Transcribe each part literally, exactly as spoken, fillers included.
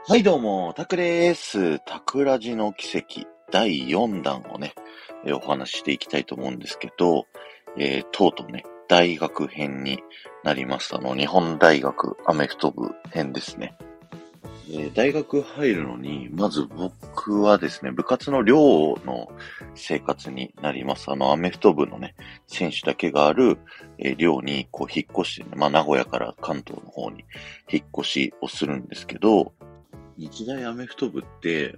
はいどうも、タクです。タクラジの奇跡だいよんだんをね、えーお話ししていきたいと思うんですけど、えーとうとうね、大学編になります。あの、日本大学アメフト部編ですね。えー大学入るのに、まず僕はですね、部活の寮の生活になります。あの、アメフト部のね、選手だけがある、えー寮にこう引っ越してね、まあ名古屋から関東の方に引っ越しをするんですけど、日大アメフト部って、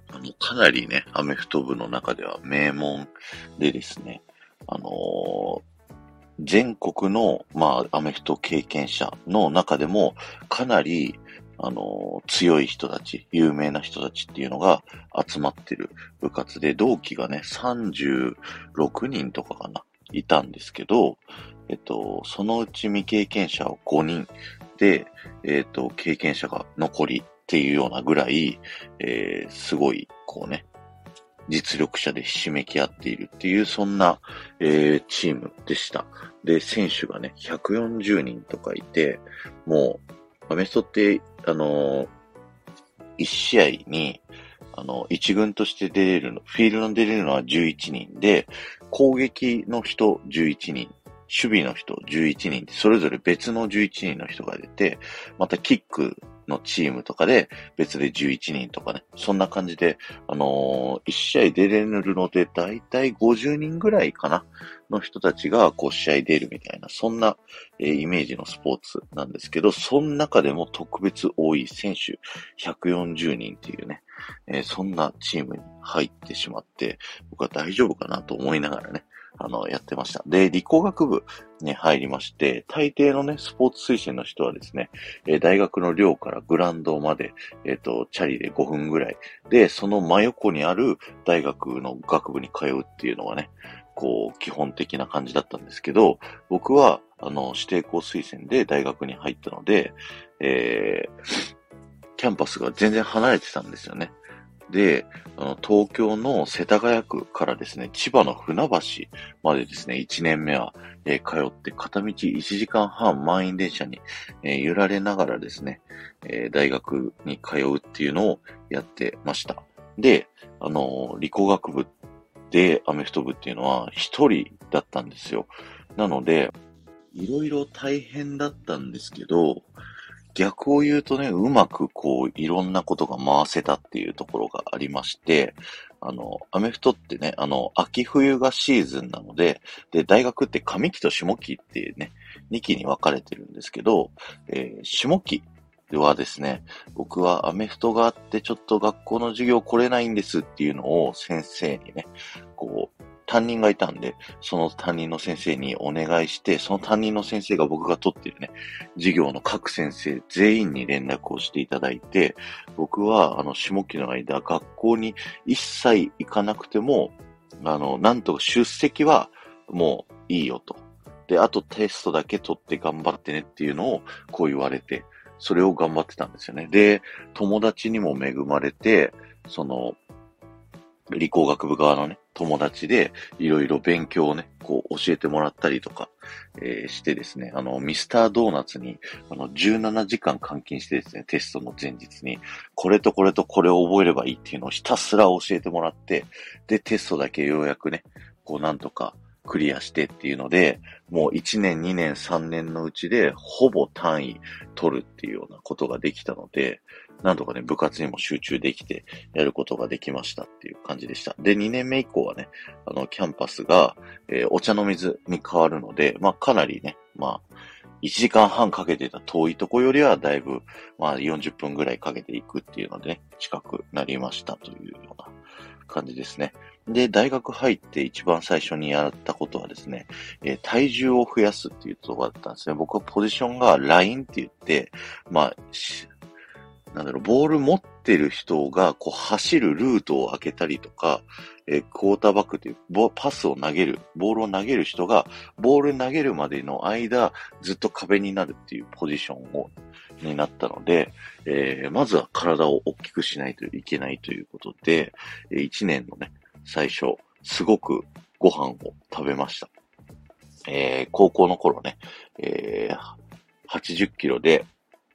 あの、かなりね、アメフト部の中では名門でですね、あのー全国の、まあ、アメフト経験者の中でも、かなり、あのー強い人たち、有名な人たちっていうのが集まってる部活で、同期がね、さんじゅうろくにんとかかな、いたんですけど、えっと、そのうち未経験者はごにんで、えっと、経験者が残りっていうようなぐらい、えーすごい、こうね、実力者でひしめき合っているっていう、そんな、えーチームでした。で、選手がね、ひゃくよんじゅうにんとかいて、もう、アメフトって、あのー、いち試合に、あの、一軍として出れるの、フィールドに出れるのはじゅういちにんで、攻撃の人じゅういちにん、守備の人じゅういちにん、それぞれ別のじゅういちにんの人が出て、またキックのチームとかで別でじゅういちにんとかね、そんな感じで、あのー、いち試合出れるので、だいたいごじゅうにんぐらいかな、の人たちが、こう、試合出るみたいな、そんな、えーイメージのスポーツなんですけど、その中でも特別多い選手ひゃくよんじゅうにんっていうね、えーそんなチームに入ってしまって、僕は大丈夫かなと思いながらね、あの、やってました。で、理工学部に入りまして、大抵のね、スポーツ推薦の人はですね、えー大学の寮からグラウンドまで、えっ、と、チャリでごふんぐらい。で、その真横にある大学の学部に通うっていうのがね、こう、基本的な感じだったんですけど、僕は、あの、指定校推薦で大学に入ったので、えーキャンパスが全然離れてたんですよね。で、あの、東京の世田谷区からですね、千葉の船橋までですね、いちねんめは、えー通って片道いちじかんはん満員電車に、えー揺られながらですね、えー大学に通うっていうのをやってました。で、あのー理工学部でアメフト部っていうのは一人だったんですよ。なので、いろいろ大変だったんですけど、逆を言うとね、うまくこう、いろんなことが回せたっていうところがありまして、あの、アメフトってね、あの、秋冬がシーズンなので、で、大学って上期と下期っていうね、にきに分かれてるんですけど、えー下期ではですね、僕はアメフトがあってちょっと学校の授業来れないんですっていうのを先生にね、こう、担任がいたんで、その担任の先生にお願いして、その担任の先生が僕が取ってるね、授業の各先生全員に連絡をしていただいて、僕は、あの、下期の間、学校に一切行かなくても、あの、なんとか出席はもういいよと。で、あとテストだけ取って頑張ってねっていうのをこう言われて、それを頑張ってたんですよね。で、友達にも恵まれて、その、理工学部側のね、友達で、いろいろ勉強をね、こう教えてもらったりとか、えーしてですね、あの、ミスタードーナツに、あの、じゅうななじかん監禁してですね、テストの前日に、これとこれとこれを覚えればいいっていうのをひたすら教えてもらって、で、テストだけようやくね、こうなんとかクリアしてっていうので、もういちねん、にねん、さんねんのうちで、ほぼ単位取るっていうようなことができたので、なんとかね、部活にも集中できて、やることができましたっていう感じでした。で、にねんめ以降はね、あの、キャンパスが、えーお茶の水に変わるので、まあ、かなりね、まあ、いちじかんはんかけてた遠いとこよりはだいぶ、まあ、よんじゅっぷんぐらいかけていくっていうのでね、近くなりましたというような感じですね。で、大学入って一番最初にやったことはですね、えー体重を増やすっていうところだったんですね。僕はポジションがラインって言って、まあ、しなんだろう、ボール持ってる人がこう走るルートを開けたりとか、えークォーターバックというボパスを投げる、ボールを投げる人が、ボール投げるまでの間、ずっと壁になるっていうポジションを、になったので、えーまずは体を大きくしないといけないということで、えー一年のね、最初、すごくご飯を食べました。えー高校の頃ね、えーはちじゅっキロで、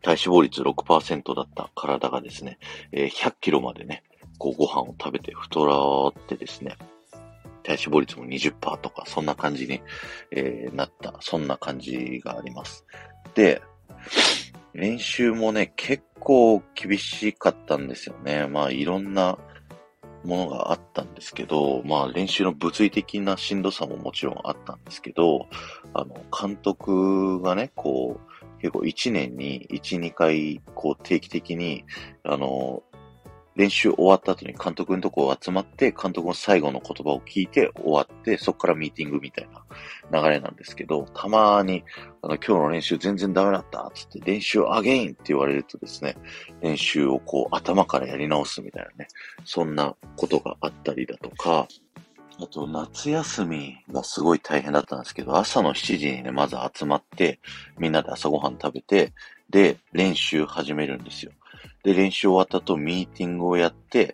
体脂肪率ろくパーセントだった体がですね、えーひゃっキロまでね、こうご飯を食べて太らってですね、体脂肪率もにじゅっパーセントとか、そんな感じに、えーなった、そんな感じがあります。で、練習もね、結構厳しかったんですよね。まあ、いろんなものがあったんですけど、まあ、練習の物理的なしんどさももちろんあったんですけど、あの、監督がね、こう、結構いちねんにいち、にかい、こう、定期的に、あの、練習終わった後に監督のとこ集まって、監督の最後の言葉を聞いて終わって、そこからミーティングみたいな流れなんですけど、たまに、あの、今日の練習全然ダメだったつって練習アゲインって言われるとですね、練習をこう頭からやり直すみたいなね、そんなことがあったりだとか、あと、夏休みがすごい大変だったんですけど、朝のしちじにね、まず集まって、みんなで朝ごはん食べて、で、練習始めるんですよ。で、練習終わった後、ミーティングをやって、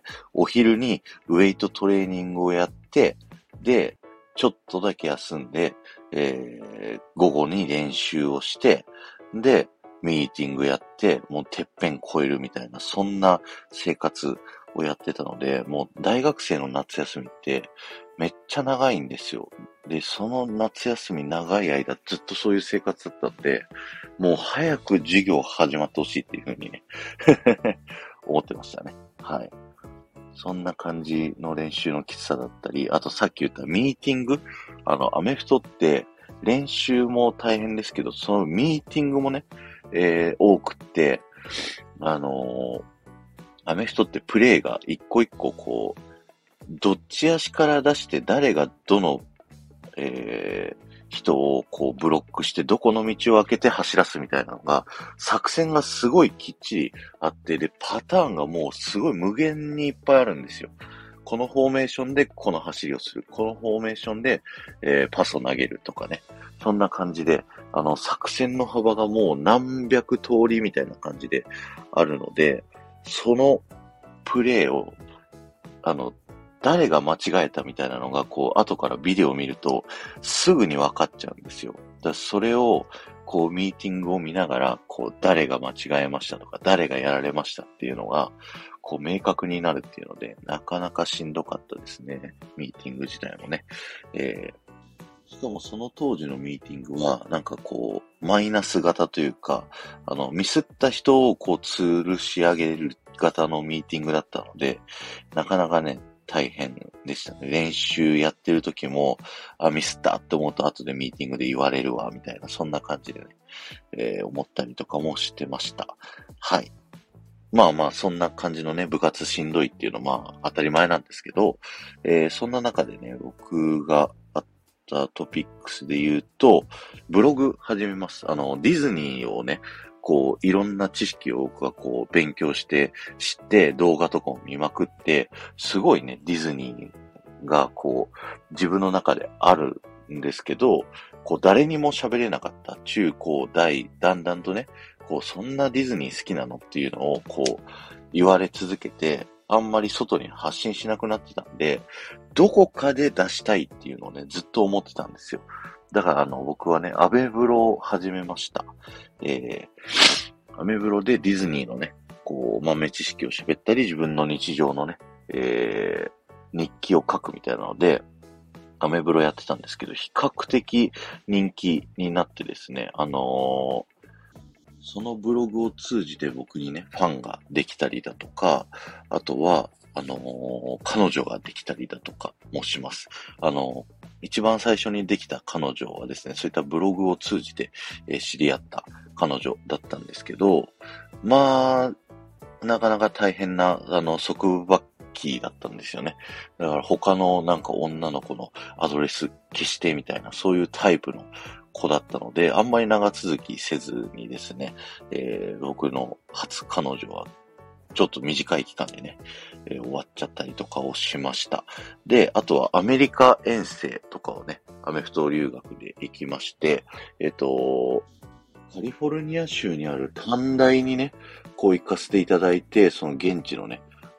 お昼にウェイトトレーニングをやって、で、ちょっとだけ休んで、えー、午後に練習をして、で、ミーティングやって、もうてっぺん超えるみたいな、そんな生活をやってたので、もう大学生の夏休みってめっちゃ長いんですよ。で、その夏休み長い間ずっとそういう生活だったんで、もう早く授業始まってほしいっていう風にね思ってましたね。はい。そんな感じの練習のきつさだったり、あとさっき言ったミーティング、あの、アメフトって練習も大変ですけど、そのミーティングもね、えー、多くって、あのー、アメフトってプレーが一個一個こう、どっち足から出して誰がどの、えー、人をこうブロックしてどこの道を開けて走らすみたいなのが、作戦がすごいきっちりあって、で、パターンがもうすごい無限にいっぱいあるんですよ。このフォーメーションでこの走りをする。このフォーメーションで、えー、パスを投げるとかね。そんな感じで、あの、作戦の幅がもう何百通りみたいな感じであるので、そのプレーを、あの、誰が間違えたみたいなのが、こう、後からビデオを見ると、すぐに分かっちゃうんですよ。だそれを、こう、ミーティングを見ながら、こう、誰が間違えましたとか、誰がやられましたっていうのが、こう、明確になるっていうので、なかなかしんどかったですね。ミーティング自体もね。えー、しかもその当時のミーティングは、なんかこう、マイナス型というか、あの、ミスった人をこう、吊るし上げる型のミーティングだったので、なかなかね、大変でしたね。練習やってる時も、あ、ミスったって思うと後でミーティングで言われるわ、みたいな、そんな感じでね、えー、思ったりとかもしてました。はい。まあまあ、そんな感じのね、部活しんどいっていうのはまあ、当たり前なんですけど、えー、そんな中でね、僕があったトピックスで言うと、ブログ始めます。あの、ディズニーをね、こう、いろんな知識を僕はこう、勉強して、知って、動画とかを見まくって、すごいね、ディズニーがこう、自分の中であるんですけど、こう、誰にも喋れなかった中高大、だんだんとね、こう、そんなディズニー好きなのっていうのを、こう、言われ続けて、あんまり外に発信しなくなってたんで、どこかで出したいっていうのをね、ずっと思ってたんですよ。だから、あの、僕はね、アメブロを始めました。えー、アメブロでディズニーのね、こう、豆知識を喋ったり、自分の日常のね、えー、日記を書くみたいなので、アメブロやってたんですけど、比較的人気になってですね、あのーそのブログを通じて僕にね、ファンができたりだとか、あとは、あのー彼女ができたりだとかもします。あのー一番最初にできた彼女はですね、そういったブログを通じて、えー知り合った彼女だったんですけど、まあ、なかなか大変な、あの、束縛期だったんですよね。だから他のなんか女の子のアドレス消してみたいな、そういうタイプの子だったので、あんまり長続きせずにですね、えー、僕の初彼女はちょっと短い期間でね、えー終わっちゃったりとかをしました。で、あとはアメリカ遠征とかをね、アメフト留学で行きまして、えっ、と、カリフォルニア州にある短大にね、こう行かせていただいて、その現地のね、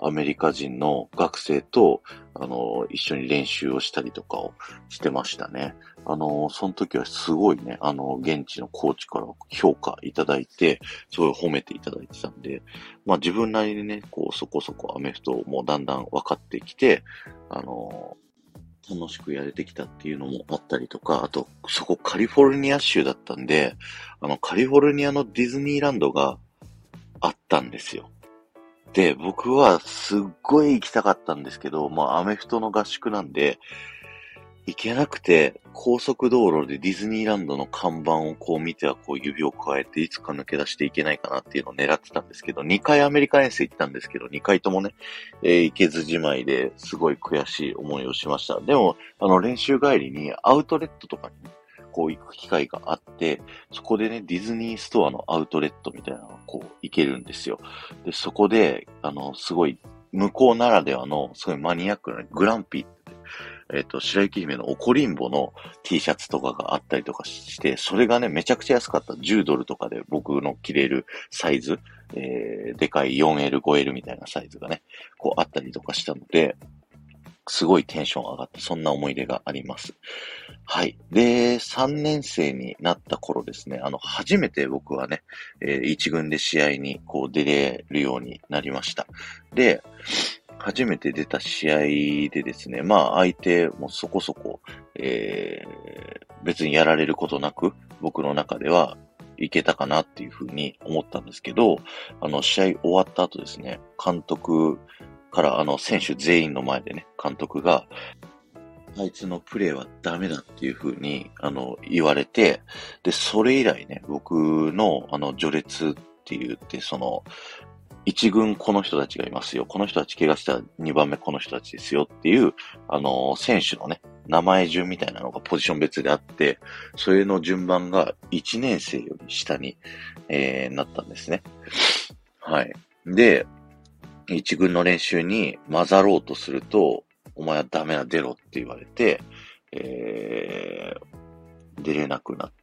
アメリカ人の学生と、あの、一緒に練習をしたりとかをしてましたね。あの、その時はすごいね、あの、現地のコーチから評価いただいて、すごい褒めていただいてたんで、まあ自分なりにね、こう、そこそこアメフトもだんだん分かってきて、あの、楽しくやれてきたっていうのもあったりとか、あと、そこカリフォルニア州だったんで、あの、カリフォルニアのディズニーランドがあったんですよ。で、僕はすっごい行きたかったんですけど、まあ、アメフトの合宿なんで、行けなくて、高速道路でディズニーランドの看板をこう見てはこう指を加えて、いつか抜け出していけないかなっていうのを狙ってたんですけど、にかいアメリカ遠征行ったんですけど、にかいともね、えー行けずじまいですごい悔しい思いをしました。でも、あの、練習帰りにアウトレットとかにね、こう行く機会があって、そこでね、ディズニーストアのアウトレットみたいなのがこう行けるんですよ。で、そこで、あの、すごい、向こうならではの、すごいマニアックなグランピーえっと、白雪姫のおこりんぼの T シャツとかがあったりとかして、それがね、めちゃくちゃ安かった。じゅうドルとかで僕の着れるサイズ、えー、でかい よんエル、ごエル みたいなサイズがね、こうあったりとかしたので、すごいテンション上がった、そんな思い出があります。はい。で、さんねん生になった頃ですね、あの、初めて僕はね、えー、一軍で試合にこう出れるようになりました。で、初めて出た試合でですね、まあ相手もそこそこ、えー、別にやられることなく、僕の中ではいけたかなっていうふうに思ったんですけど、あの、試合終わった後ですね、監督からあの、選手全員の前でね、監督が、あいつのプレーはダメだっていうふうに、あの、言われて、で、それ以来ね、僕の、あの、序列って言って、その、一軍この人たちがいますよ。この人たち怪我したら二番目この人たちですよっていう、あの、選手のね、名前順みたいなのがポジション別であって、それの順番が一年生より下に、えー、なったんですね。はい。で、一軍の練習に混ざろうとすると、お前はダメな出ろって言われて、えー、出れなくなって、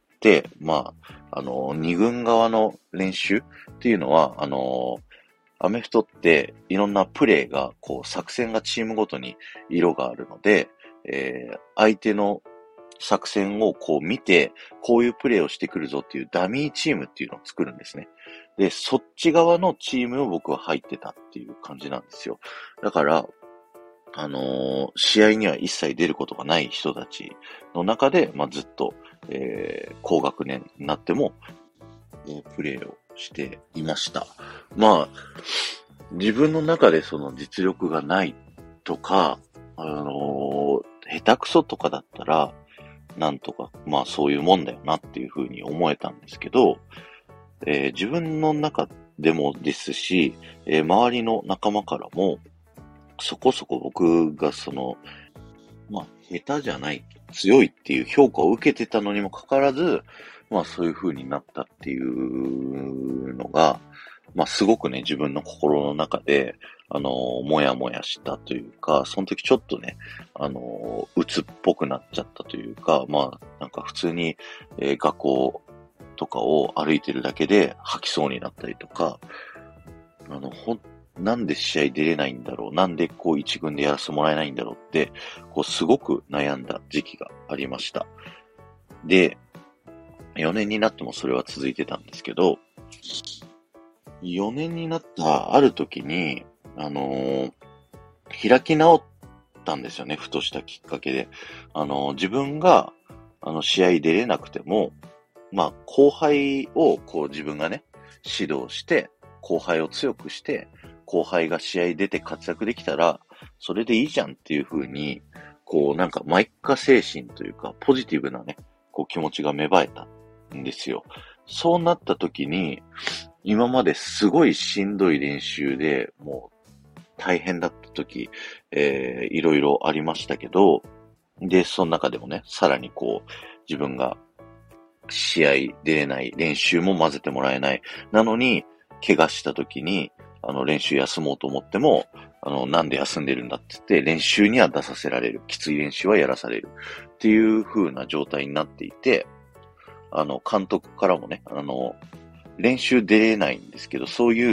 まあ、あの、二軍側の練習っていうのは、あの、アメフトっていろんなプレーが、こう、作戦がチームごとに色があるので、えー、相手の作戦をこう見て、こういうプレーをしてくるぞっていうダミーチームっていうのを作るんですね。で、そっち側のチームを僕は入ってたっていう感じなんですよ。だから、あのー試合には一切出ることがない人たちの中で、まあ、ずっと、えー、高学年になっても、えープレーをしていました。まあ、自分の中でその実力がないとか、あのー下手くそとかだったら、なんとか、まあそういうもんだよなっていうふうに思えたんですけど、えー自分の中でもですし、えー周りの仲間からも、そこそこ僕がその、まあ下手じゃない、強いっていう評価を受けてたのにもかかわらず、まあそういう風になったっていうのが、まあすごくね、自分の心の中で、あのーもやもやしたというか、その時ちょっとね、あのー鬱っぽくなっちゃったというか、まあなんか普通に、えー学校とかを歩いてるだけで吐きそうになったりとか、あの、ほん、なんで試合出れないんだろう、なんでこう一軍でやらせてもらえないんだろうって、こうすごく悩んだ時期がありました。で、よねんになってもそれは続いてたんですけど、よねんになったある時に、あのー開き直ったんですよね、ふとしたきっかけで。あのー自分が、あの、試合出れなくても、まあ、後輩をこう自分がね、指導して、後輩を強くして、後輩が試合出て活躍できたら、それでいいじゃんっていう風に、こうなんかマイカ精神というか、ポジティブなね、こう気持ちが芽生えたんですよ。そうなった時に、今まですごいしんどい練習で、もう大変だった時、えー、いろいろありましたけど、で、その中でもね、さらにこう、自分が試合出れない、練習も混ぜてもらえない。なのに、怪我した時に、あの、練習休もうと思っても、あの、なんで休んでるんだって言って、練習には出させられる。きつい練習はやらされる。っていう風な状態になっていて、あの、監督からもね、あの、練習出れないんですけど、そういう、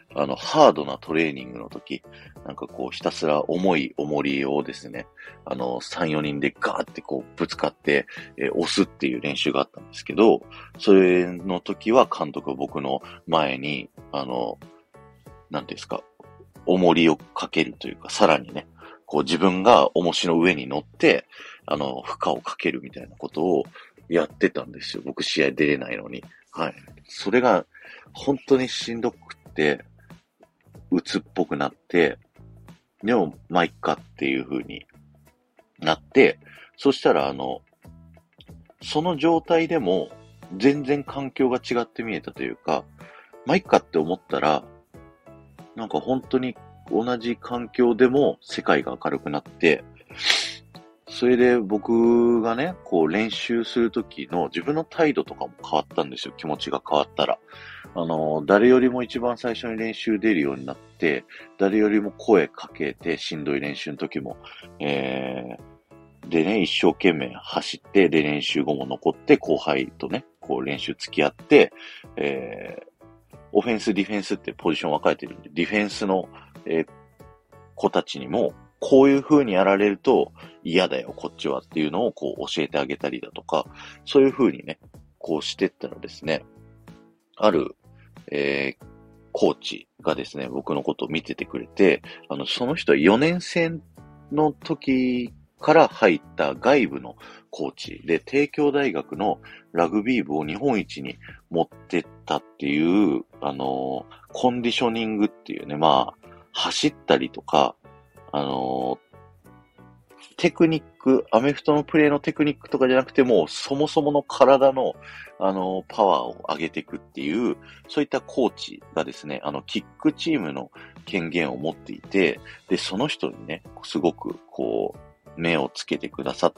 あの、ハードなトレーニングの時、なんかこう、ひたすら重い重りをですね、あの、さん、よにんでガーってこう、ぶつかって、えー押すっていう練習があったんですけど、それの時は監督は僕の前に、あの、なんていうんですか、重りをかけるというか、さらにね、こう自分が重しの上に乗って、あの、負荷をかけるみたいなことをやってたんですよ。僕試合出れないのに。はい。それが、本当にしんどくって、鬱っぽくなって、でも、まあ、いっかっていう風になって、そしたら、あの、その状態でも、全然環境が違って見えたというか、まあ、いっかって思ったら、なんか本当に同じ環境でも世界が明るくなって、それで僕がね、こう練習するときの自分の態度とかも変わったんですよ。気持ちが変わったら。あの、誰よりも一番最初に練習出るようになって、誰よりも声かけて、しんどい練習の時も、えー、でね、一生懸命走って、で、練習後も残って、後輩とね、こう練習付き合って、えー、オフェンス、ディフェンスってポジション分かれてるんで、ディフェンスの、えー子たちにも、こういう風にやられると嫌だよ、こっちはっていうのをこう教えてあげたりだとか、そういう風にね、こうしてったらですね、ある、えー、コーチがですね、僕のことを見ててくれて、あの、その人はよねん生の時から入った外部のコーチで、帝京大学のラグビー部を日本一に持ってったっていう、あのーコンディショニングっていうね、まあ、走ったりとか、あのーテクニック、アメフトのプレーのテクニックとかじゃなくても、そもそもの体の、あのーパワーを上げていくっていう、そういったコーチがですね、あの、キックチームの権限を持っていて、で、その人にね、すごく、こう、目をつけてくださって、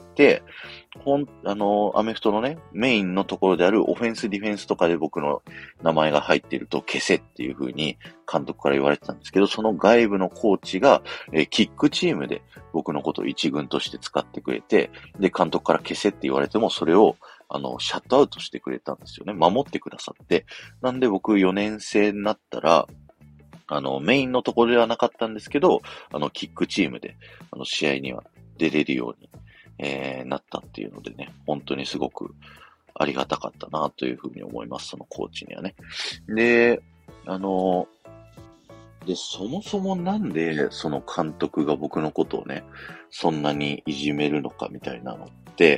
ほん、あの、アメフトのね、メインのところであるオフェンス、ディフェンスとかで僕の名前が入っていると消せっていう風に監督から言われてたんですけど、その外部のコーチが、えーキックチームで僕のことを一軍として使ってくれて、で、監督から消せって言われても、それを、あの、シャットアウトしてくれたんですよね。守ってくださって。なんで僕よねん生になったら、あの、メインのところではなかったんですけど、あの、キックチームで、あの、試合には出れるように、えー、なったっていうのでね、本当にすごくありがたかったなというふうに思います、そのコーチにはね。で、あの、で、そもそもなんで、その監督が僕のことをね、そんなにいじめるのかみたいなのって、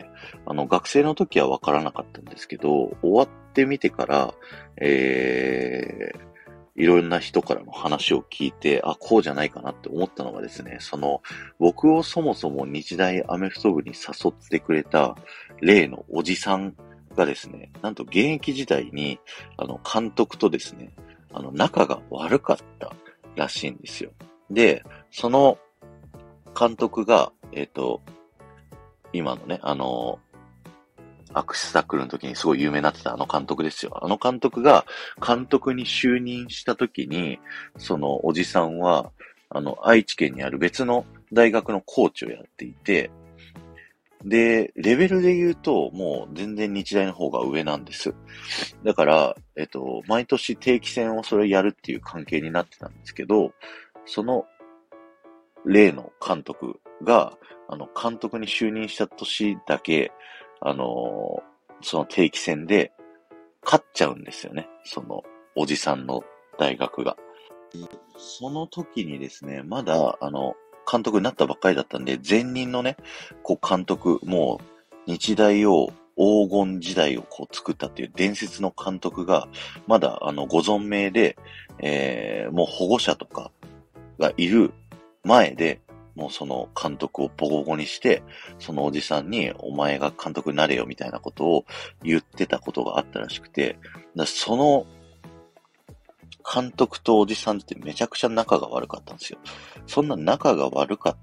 あの、学生の時はわからなかったんですけど、終わってみてから、えー、いろんな人からの話を聞いて、あ、こうじゃないかなって思ったのがですね、その、僕をそもそも日大アメフト部に誘ってくれた例のおじさんがですね、なんと現役時代に、あの、監督とですね、あの、仲が悪かったらしいんですよ。で、その監督が、えっと、今のね、あの、アクスタックルの時にすごい有名になってたあの監督ですよ。あの監督が監督に就任した時に、そのおじさんは、あの、愛知県にある別の大学のコーチをやっていて、で、レベルで言うと、もう全然日大の方が上なんです。だから、えっと、毎年定期戦をそれやるっていう関係になってたんですけど、その例の監督が、あの、監督に就任した年だけ、あのーその定期戦で勝っちゃうんですよね。その、おじさんの大学が。その時にですね、まだ、あの、監督になったばっかりだったんで、前任のね、こう監督、もう、日大を黄金時代をこう作ったっていう伝説の監督が、まだ、あの、ご存命で、えー、もう保護者とかがいる前で、もうその監督をボコボコにして、そのおじさんにお前が監督になれよみたいなことを言ってたことがあったらしくて、だその監督とおじさんってめちゃくちゃ仲が悪かったんですよ。そんな仲が悪かった、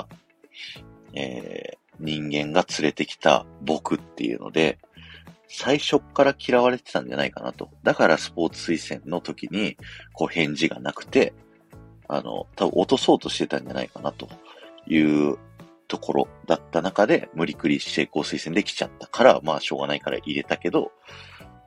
えー、人間が連れてきた僕っていうので、最初から嫌われてたんじゃないかなと。だからスポーツ推薦の時に、こう返事がなくて、あの、多分落とそうとしてたんじゃないかなというところだった中で、無理くり成功推薦できちゃったから、まあしょうがないから入れたけど、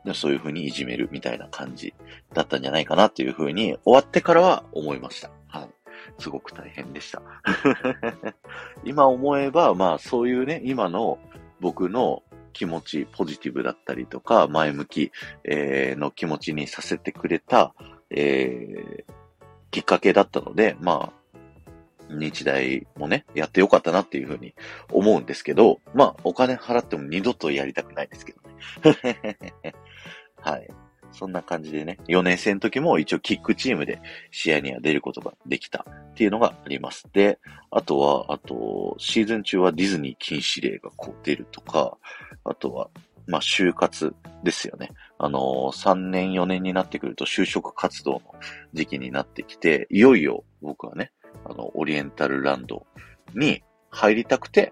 そういう風にいじめるみたいな感じだったんじゃないかなっていう風に終わってからは思いました。はい。すごく大変でした。今思えば、まあそういうね、今の僕の気持ち、ポジティブだったりとか、前向き、えーの気持ちにさせてくれた、えー、きっかけだったので、まあ、日大もね、やってよかったなっていうふうに思うんですけど、まあ、お金払っても二度とやりたくないですけどね。はい。そんな感じでね、よねん生の時も一応キックチームで試合には出ることができたっていうのがあります。で、あとは、あと、シーズン中はディズニー禁止令がこう出るとか、あとは、まあ、就活ですよね。あのー、さんねんよねんになってくると就職活動の時期になってきて、いよいよ僕はね、あの、オリエンタルランドに入りたくて、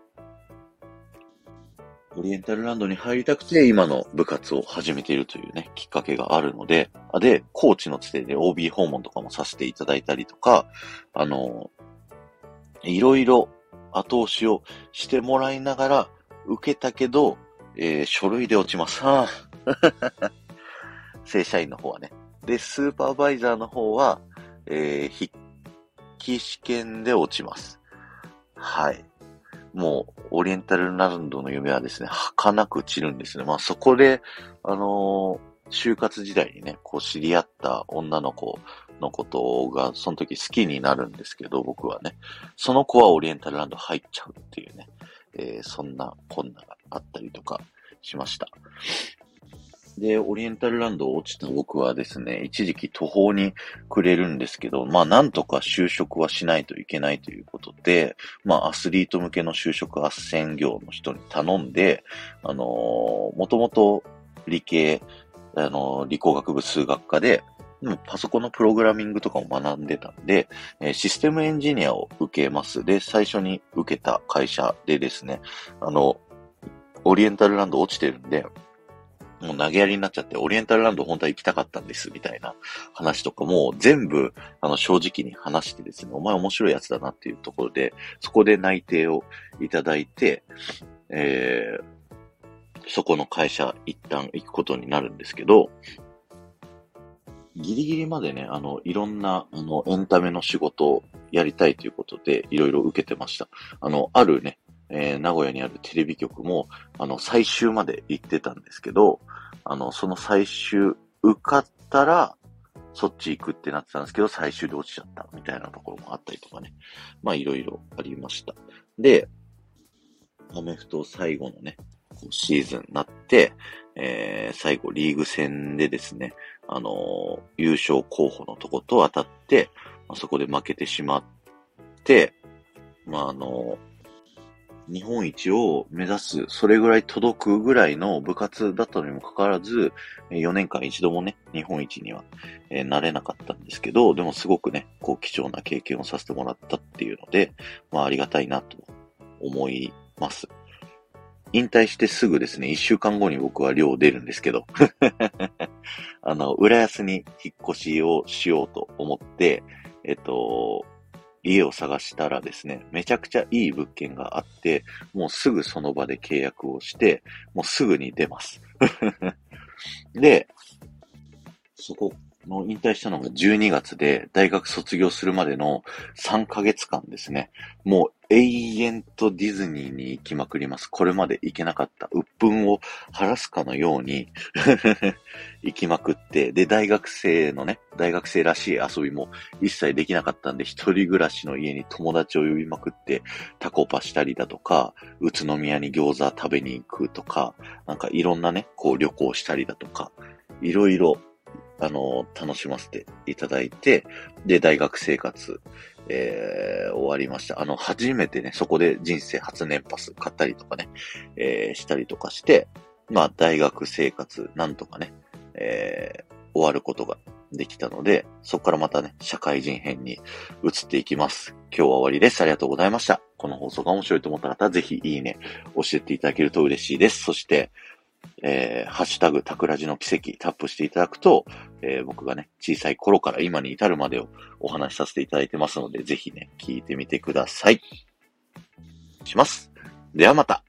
オリエンタルランドに入りたくて、今の部活を始めているというね、きっかけがあるので、で、コーチのつてで オービー 訪問とかもさせていただいたりとか、あの、いろいろ後押しをしてもらいながら受けたけど、えー、書類で落ちます。はあ、正社員の方はね。で、スーパーバイザーの方は、えー、筆記試験で落ちます。はい。もう、オリエンタルランドの夢はですね、儚く散るんですね。まあそこで、あのー、就活時代にね、こう知り合った女の子のことが、その時好きになるんですけど、僕はね、その子はオリエンタルランド入っちゃうっていうね、えー、そんなこんながあったりとかしました。で、オリエンタルランド落ちた僕はですね、一時期途方に暮れるんですけど、まあなんとか就職はしないといけないということで、まあアスリート向けの就職斡旋業の人に頼んで、あのー、もともと理系、あのー、理工学部数学科で、パソコンのプログラミングとかも学んでたんで、えー、システムエンジニアを受けます。で、最初に受けた会社でですね、あの、オリエンタルランド落ちてるんで、もう投げやりになっちゃって、オリエンタルランド本当は行きたかったんです、みたいな話とかも全部、あの、正直に話してですね、お前面白いやつだなっていうところで、そこで内定をいただいて、えー、そこの会社一旦行くことになるんですけど、ギリギリまでね、あの、いろんな、あの、エンタメの仕事をやりたいということで、いろいろ受けてました。あの、あるね、えー、名古屋にあるテレビ局も、あの、最終まで行ってたんですけど、あの、その最終、受かったら、そっち行くってなってたんですけど、最終で落ちちゃったみたいなところもあったりとかね。まあ、いろいろありました。で、アメフト最後のね、シーズンになって、えー、最後リーグ戦でですね、あのー、優勝候補のとこと当たって、まあ、そこで負けてしまって、まあ、あのー、日本一を目指す、それぐらい届くぐらいの部活だったのにもかかわらず、よねんかん一度もね、日本一には、えー、なれなかったんですけど、でもすごくね、こう貴重な経験をさせてもらったっていうので、まあありがたいなと思います。引退してすぐですね、一週間後に僕は寮を出るんですけど、あの、浦安に引っ越しをしようと思って、えっと、家を探したらですね、めちゃくちゃいい物件があって、もうすぐその場で契約をして、もうすぐに出ます。で、そこの引退したのがじゅうにがつで、大学卒業するまでのさんかげつかんですね。もう永遠とディズニーに行きまくります。これまで行けなかった鬱憤を晴らすかのように行きまくって、で、大学生のね、大学生らしい遊びも一切できなかったんで、一人暮らしの家に友達を呼びまくって、タコパしたりだとか、宇都宮に餃子食べに行くとか、なんかいろんなね、こう旅行したりだとか、いろいろあの、楽しませていただいて、で、大学生活、えー、終わりました。あの、初めてね、そこで人生初年パス買ったりとかね、えー、したりとかして、まあ、大学生活、なんとかね、えー、終わることができたので、そこからまたね、社会人編に移っていきます。今日は終わりです。ありがとうございました。この放送が面白いと思った方は、ぜひいいね、教えていただけると嬉しいです。そして、えー、ハッシュタグ、タクラジの奇跡、タップしていただくと、えー、僕がね、小さい頃から今に至るまでをお話しさせていただいてますので、ぜひね、聞いてみてください。します。ではまた。